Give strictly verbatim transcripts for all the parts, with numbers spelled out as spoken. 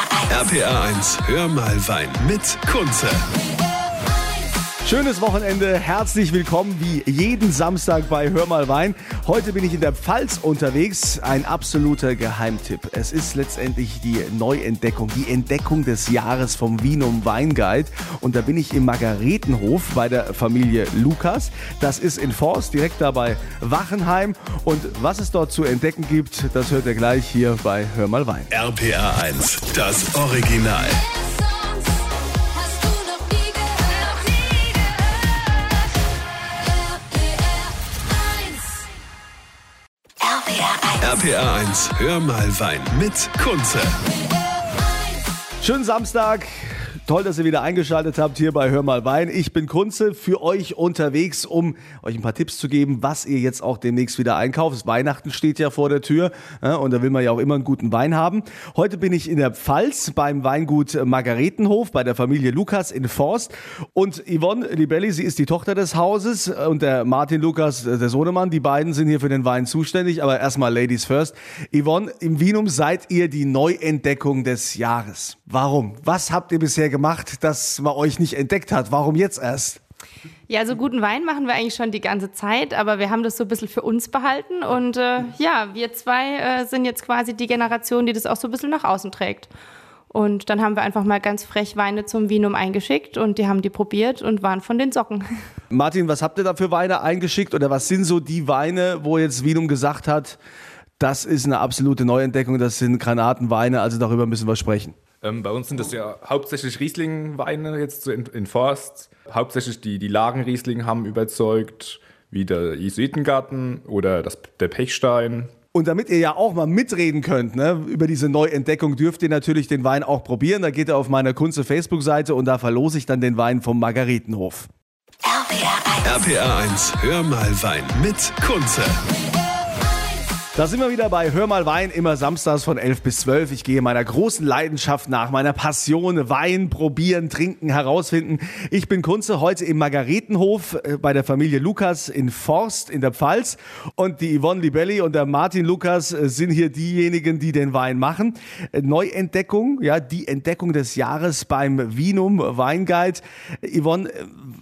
R P R eins, hör mal Wein mit Kunze. Schönes Wochenende, herzlich willkommen wie jeden Samstag bei Hör mal Wein. Heute bin ich in der Pfalz unterwegs, ein absoluter Geheimtipp. Es ist letztendlich die Neuentdeckung, die Entdeckung des Jahres vom Vinum Weinguide. Und da bin ich im Margaretenhof bei der Familie Lukas. Das ist in Forst, direkt da bei Wachenheim. Und was es dort zu entdecken gibt, das hört ihr gleich hier bei Hör mal Wein. R P R eins, das Original. R P R eins, hör mal Wein mit Kunze. Schönen Samstag. Toll, dass ihr wieder eingeschaltet habt hier bei Hör mal Wein. Ich bin Kunze, für euch unterwegs, um euch ein paar Tipps zu geben, was ihr jetzt auch demnächst wieder einkauft. Weihnachten steht ja vor der Tür, ja, und da will man ja auch immer einen guten Wein haben. Heute bin ich in der Pfalz beim Weingut Margaretenhof bei der Familie Lukas in Forst. Und Yvonne Libelli, sie ist die Tochter des Hauses, und der Martin Lukas, der Sohnemann, die beiden sind hier für den Wein zuständig. Aber erstmal Ladies first. Yvonne, im Vinum seid ihr die Neuentdeckung des Jahres. Warum? Was habt ihr bisher gemacht? gemacht, dass man euch nicht entdeckt hat? Warum jetzt erst? Ja, also guten Wein machen wir eigentlich schon die ganze Zeit, aber wir haben das so ein bisschen für uns behalten und äh, ja, wir zwei äh, sind jetzt quasi die Generation, die das auch so ein bisschen nach außen trägt. Und dann haben wir einfach mal ganz frech Weine zum Vinum eingeschickt und die haben die probiert und waren von den Socken. Martin, was habt ihr da für Weine eingeschickt oder was sind so die Weine, wo jetzt Vinum gesagt hat, das ist eine absolute Neuentdeckung, das sind Granatenweine, also darüber müssen wir sprechen? Ähm, bei uns sind das ja hauptsächlich Riesling-Weine jetzt so in, in Forst. Hauptsächlich die, die Lagenriesling haben überzeugt, wie der Jesuitengarten oder das, der Pechstein. Und damit ihr ja auch mal mitreden könnt, ne, über diese Neuentdeckung, dürft ihr natürlich den Wein auch probieren. Da geht ihr auf meine Kunze Facebook-Seite und da verlose ich dann den Wein vom Margaretenhof. R P R eins, hör mal Wein mit Kunze. Da sind wir wieder bei Hör mal Wein, immer samstags von elf bis zwölf. Ich gehe meiner großen Leidenschaft nach, meiner Passion, Wein probieren, trinken, herausfinden. Ich bin Kunze, heute im Margaretenhof bei der Familie Lukas in Forst in der Pfalz. Und die Yvonne Libelli und der Martin Lukas sind hier diejenigen, die den Wein machen. Neuentdeckung, ja, die Entdeckung des Jahres beim Vinum Weinguide. Yvonne,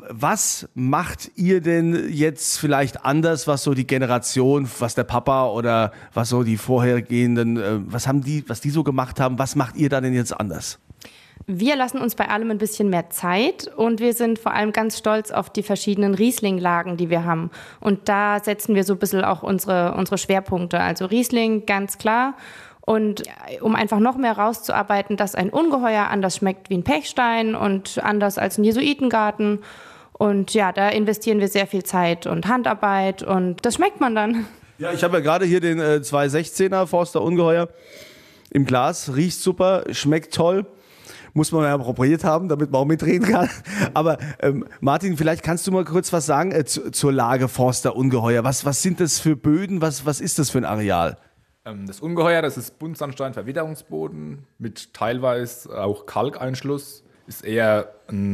was macht ihr denn jetzt vielleicht anders, was so die Generation, was der Papa oder was so die vorhergehenden, was haben die, was die so gemacht haben, was macht ihr da denn jetzt anders? Wir lassen uns bei allem ein bisschen mehr Zeit und wir sind vor allem ganz stolz auf die verschiedenen Riesling-Lagen, die wir haben. Und da setzen wir so ein bisschen auch unsere, unsere Schwerpunkte. Also Riesling, ganz klar. Und um einfach noch mehr rauszuarbeiten, dass ein Ungeheuer anders schmeckt wie ein Pechstein und anders als ein Jesuitengarten. Und ja, da investieren wir sehr viel Zeit und Handarbeit und das schmeckt man dann. Ja, ich habe ja gerade hier den äh, zwei sechzehner Forster Ungeheuer im Glas. Riecht super, schmeckt toll. Muss man ja probiert haben, damit man auch mitreden kann. Aber ähm, Martin, vielleicht kannst du mal kurz was sagen äh, zu, zur Lage Forster Ungeheuer. Was, was sind das für Böden? Was, was ist das für ein Areal? Ähm, das Ungeheuer, das ist Buntsandstein-Verwitterungsboden mit teilweise auch Kalkeinschluss. Ist eher ein,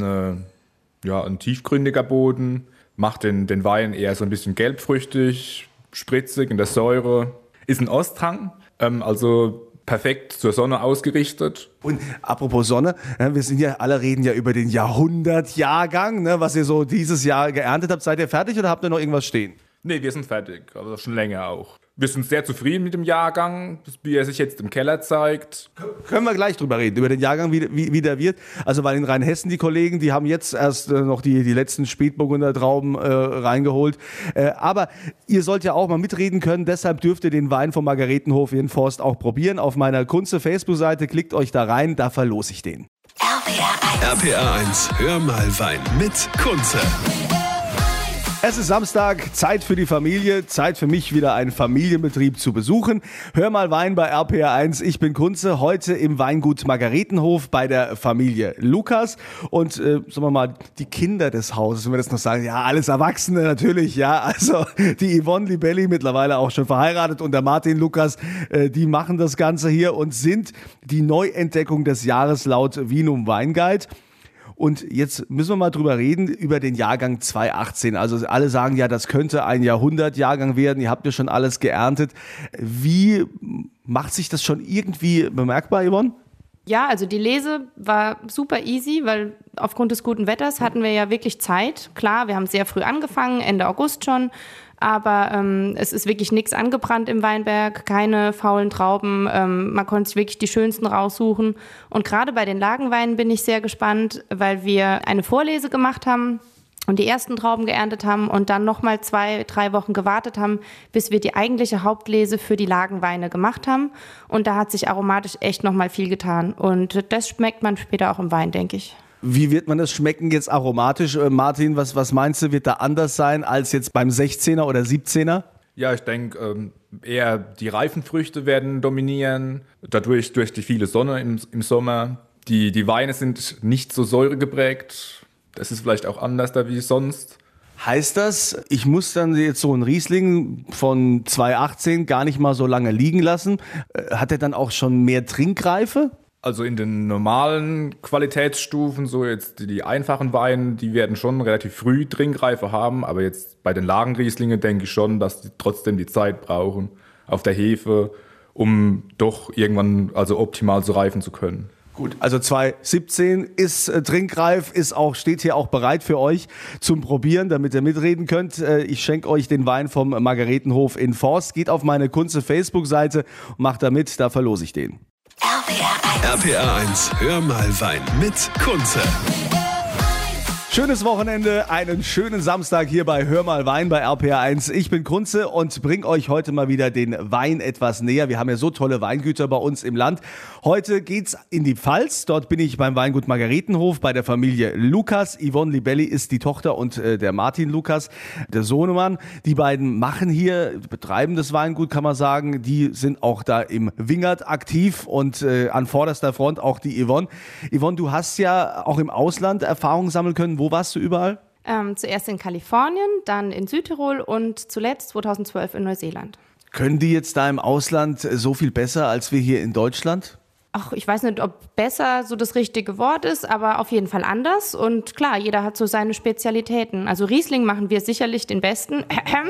äh, ja, ein tiefgründiger Boden. Macht den, den Wein eher so ein bisschen gelbfrüchtig, spritzig in der Säure. Ist ein Osthang, ähm, also perfekt zur Sonne ausgerichtet. Und apropos Sonne, wir sind ja, alle reden ja über den Jahrhundertjahrgang, ne, was ihr so dieses Jahr geerntet habt. Seid ihr fertig oder habt ihr noch irgendwas stehen? Nee, wir sind fertig, also schon länger auch. Wir sind sehr zufrieden mit dem Jahrgang, wie er sich jetzt im Keller zeigt. Können wir gleich drüber reden, über den Jahrgang, wie, wie, wie der wird. Also weil in Rheinhessen die Kollegen, die haben jetzt erst äh, noch die, die letzten Spätburgunder Trauben äh, reingeholt. Äh, aber ihr sollt ja auch mal mitreden können, deshalb dürft ihr den Wein vom Margaretenhof in Forst auch probieren. Auf meiner Kunze Facebook-Seite, klickt euch da rein, da verlose ich den. R P R eins, hör mal Wein mit Kunze. Es ist Samstag, Zeit für die Familie, Zeit für mich wieder einen Familienbetrieb zu besuchen. Hör mal Wein bei R P R eins, ich bin Kunze, heute im Weingut Margaretenhof bei der Familie Lukas. Und äh, sagen wir mal, die Kinder des Hauses, wenn wir das noch sagen, ja, alles Erwachsene natürlich, ja. Also die Yvonne Libelli, mittlerweile auch schon verheiratet, und der Martin Lukas, äh, die machen das Ganze hier und sind die Neuentdeckung des Jahres laut Vinum Weinguide. Und jetzt müssen wir mal drüber reden, über den Jahrgang zweitausendachtzehn. Also alle sagen ja, das könnte ein Jahrhundertjahrgang werden. Ihr habt ja schon alles geerntet. Wie macht sich das schon irgendwie bemerkbar, Yvonne? Ja, also die Lese war super easy, weil aufgrund des guten Wetters hatten wir ja wirklich Zeit. Klar, wir haben sehr früh angefangen, Ende August schon, aber ähm, es ist wirklich nichts angebrannt im Weinberg, keine faulen Trauben. Ähm, man konnte sich wirklich die schönsten raussuchen. Und gerade bei den Lagenweinen bin ich sehr gespannt, weil wir eine Vorlese gemacht haben und die ersten Trauben geerntet haben und dann nochmal zwei, drei Wochen gewartet haben, bis wir die eigentliche Hauptlese für die Lagenweine gemacht haben. Und da hat sich aromatisch echt nochmal viel getan. Und das schmeckt man später auch im Wein, denke ich. Wie wird man das schmecken jetzt aromatisch? Äh, Martin, was, was meinst du, wird da anders sein als jetzt beim sechzehner oder siebzehner? Ja, ich denke, ähm, eher die reifen Früchte werden dominieren, dadurch durch die viele Sonne im, im Sommer. Die, die Weine sind nicht so säuregeprägt. Das ist vielleicht auch anders da wie sonst. Heißt das, ich muss dann jetzt so einen Riesling von zweitausendachtzehn gar nicht mal so lange liegen lassen? Hat er dann auch schon mehr Trinkreife? Also in den normalen Qualitätsstufen, so jetzt die, die einfachen Weine, die werden schon relativ früh Trinkreife haben. Aber jetzt bei den Lagenrieslingen denke ich schon, dass die trotzdem die Zeit brauchen auf der Hefe, um doch irgendwann also optimal so reifen zu können. Gut, also zweitausendsiebzehn ist äh, trinkreif, ist auch, steht hier auch bereit für euch zum Probieren, damit ihr mitreden könnt. Äh, ich schenke euch den Wein vom Margaretenhof in Forst. Geht auf meine Kunze Facebook-Seite und macht da mit, da verlose ich den. R P R eins, hör mal Wein mit Kunze. Schönes Wochenende, einen schönen Samstag hier bei Hör mal Wein bei R P R eins. Ich bin Kunze und bringe euch heute mal wieder den Wein etwas näher. Wir haben ja so tolle Weingüter bei uns im Land. Heute geht's in die Pfalz. Dort bin ich beim Weingut Margaretenhof bei der Familie Lukas. Yvonne Libelli ist die Tochter und äh, der Martin Lukas, der Sohnemann. Die beiden machen hier, betreiben das Weingut, kann man sagen. Die sind auch da im Wingert aktiv und äh, an vorderster Front auch die Yvonne. Yvonne, du hast ja auch im Ausland Erfahrungen sammeln können. Wo warst du überall? Ähm, zuerst in Kalifornien, dann in Südtirol und zuletzt zweitausendzwölf in Neuseeland. Können die jetzt da im Ausland so viel besser als wir hier in Deutschland? Ach, ich weiß nicht, ob besser so das richtige Wort ist, aber auf jeden Fall anders. Und klar, jeder hat so seine Spezialitäten. Also Riesling machen wir sicherlich den besten,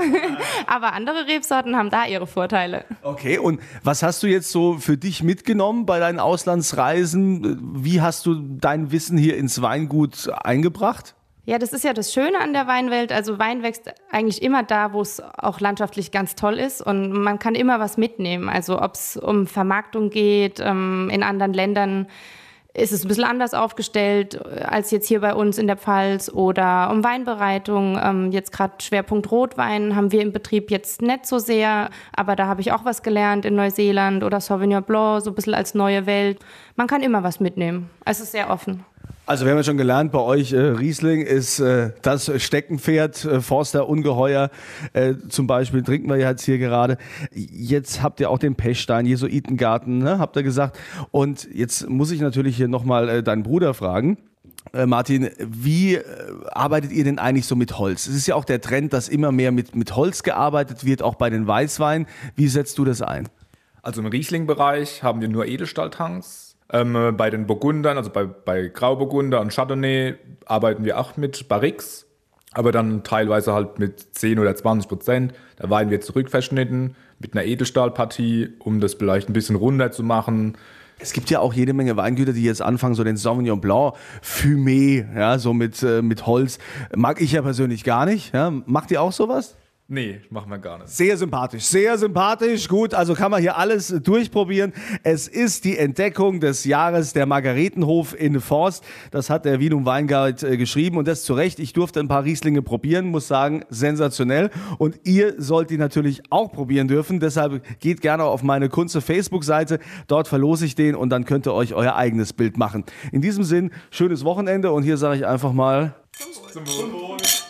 aber andere Rebsorten haben da ihre Vorteile. Okay, und was hast du jetzt so für dich mitgenommen bei deinen Auslandsreisen? Wie hast du dein Wissen hier ins Weingut eingebracht? Ja, das ist ja das Schöne an der Weinwelt. Also Wein wächst eigentlich immer da, wo es auch landschaftlich ganz toll ist und man kann immer was mitnehmen. Also ob es um Vermarktung geht, ähm, in anderen Ländern ist es ein bisschen anders aufgestellt als jetzt hier bei uns in der Pfalz oder um Weinbereitung. Ähm, jetzt gerade Schwerpunkt Rotwein haben wir im Betrieb jetzt nicht so sehr, aber da habe ich auch was gelernt in Neuseeland oder Sauvignon Blanc, so ein bisschen als neue Welt. Man kann immer was mitnehmen. Es ist sehr offen. Also wir haben ja schon gelernt, bei euch äh, Riesling ist äh, das Steckenpferd, äh, Forster Ungeheuer äh, zum Beispiel, trinken wir ja jetzt hier gerade. Jetzt habt ihr auch den Pechstein, Jesuitengarten, ne, habt ihr gesagt. Und jetzt muss ich natürlich hier nochmal äh, deinen Bruder fragen. Äh, Martin, wie äh, arbeitet ihr denn eigentlich so mit Holz? Es ist ja auch der Trend, dass immer mehr mit, mit Holz gearbeitet wird, auch bei den Weißweinen. Wie setzt du das ein? Also im Riesling-Bereich haben wir nur Edelstahltanks. Ähm, bei den Burgundern, also bei, bei Grauburgunder und Chardonnay, arbeiten wir auch mit Barriques, aber dann teilweise halt mit zehn oder zwanzig Prozent. Da Wein wird zurückverschnitten mit einer Edelstahlpartie, um das vielleicht ein bisschen runder zu machen. Es gibt ja auch jede Menge Weingüter, die jetzt anfangen, so den Sauvignon Blanc, Fumé, ja, so mit, äh, mit Holz. Mag ich ja persönlich gar nicht. Ja. Macht ihr auch sowas? Nee, machen wir gar nicht. Sehr sympathisch, sehr sympathisch. Gut, also kann man hier alles durchprobieren. Es ist die Entdeckung des Jahres, der Margaretenhof in Forst. Das hat der Vinum Weinguide äh, geschrieben und das zu Recht. Ich durfte ein paar Rieslinge probieren, muss sagen, sensationell. Und ihr sollt die natürlich auch probieren dürfen. Deshalb geht gerne auf meine Kunze Facebook-Seite. Dort verlose ich den und dann könnt ihr euch euer eigenes Bild machen. In diesem Sinn, schönes Wochenende und hier sage ich einfach mal Zum Wohl.